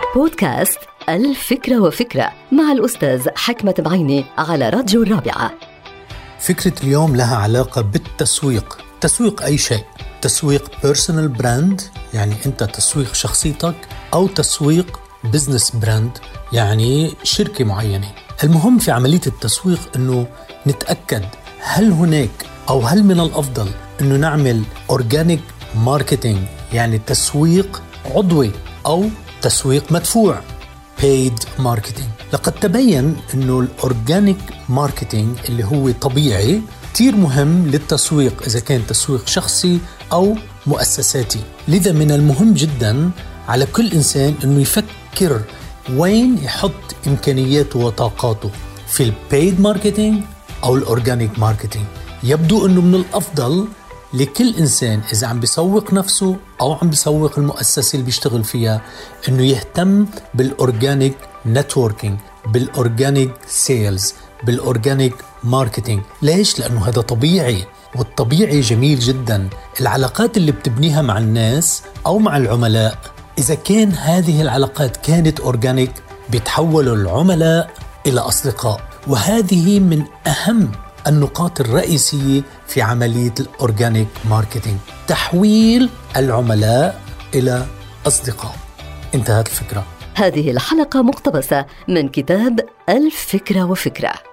بودكاست الفكرة وفكرة مع الأستاذ حكمة بعيني على راديو الرابعة. فكرة اليوم لها علاقة بالتسويق. تسويق أي شيء، تسويق بيرسونال براند يعني أنت تسويق شخصيتك، أو تسويق بزنس براند يعني شركة معينة. المهم في عملية التسويق أنه نتأكد هل هناك أو هل من الأفضل أنه نعمل أورجانيك ماركتينج يعني تسويق عضوي، أو تسويق مدفوع paid marketing. لقد تبين أنه الأورجانيك ماركتينج اللي هو طبيعي كتير مهم للتسويق إذا كان تسويق شخصي أو مؤسساتي. لذا من المهم جدا على كل إنسان أنه يفكر وين يحط إمكانياته وطاقاته، في البايد ماركتينج أو الأورجانيك ماركتينج. يبدو أنه من الأفضل لكل إنسان إذا عم بيسوق نفسه أو عم بيسوق المؤسسة اللي بيشتغل فيها أنه يهتم بالأورجانيك نتوركينج، بالأورجانيك سيلز، بالأورجانيك ماركتينج. ليش؟ لأنه هذا طبيعي، والطبيعي جميل جدا. العلاقات اللي بتبنيها مع الناس أو مع العملاء، إذا كان هذه العلاقات كانت أورجانيك بيتحولوا العملاء إلى أصدقاء، وهذه من أهم النقاط الرئيسية في عملية الأورجانيك ماركتينج، تحويل العملاء إلى أصدقاء. انتهت الفكرة. هذه الحلقة مقتبسة من كتاب الفكرة وفكرة.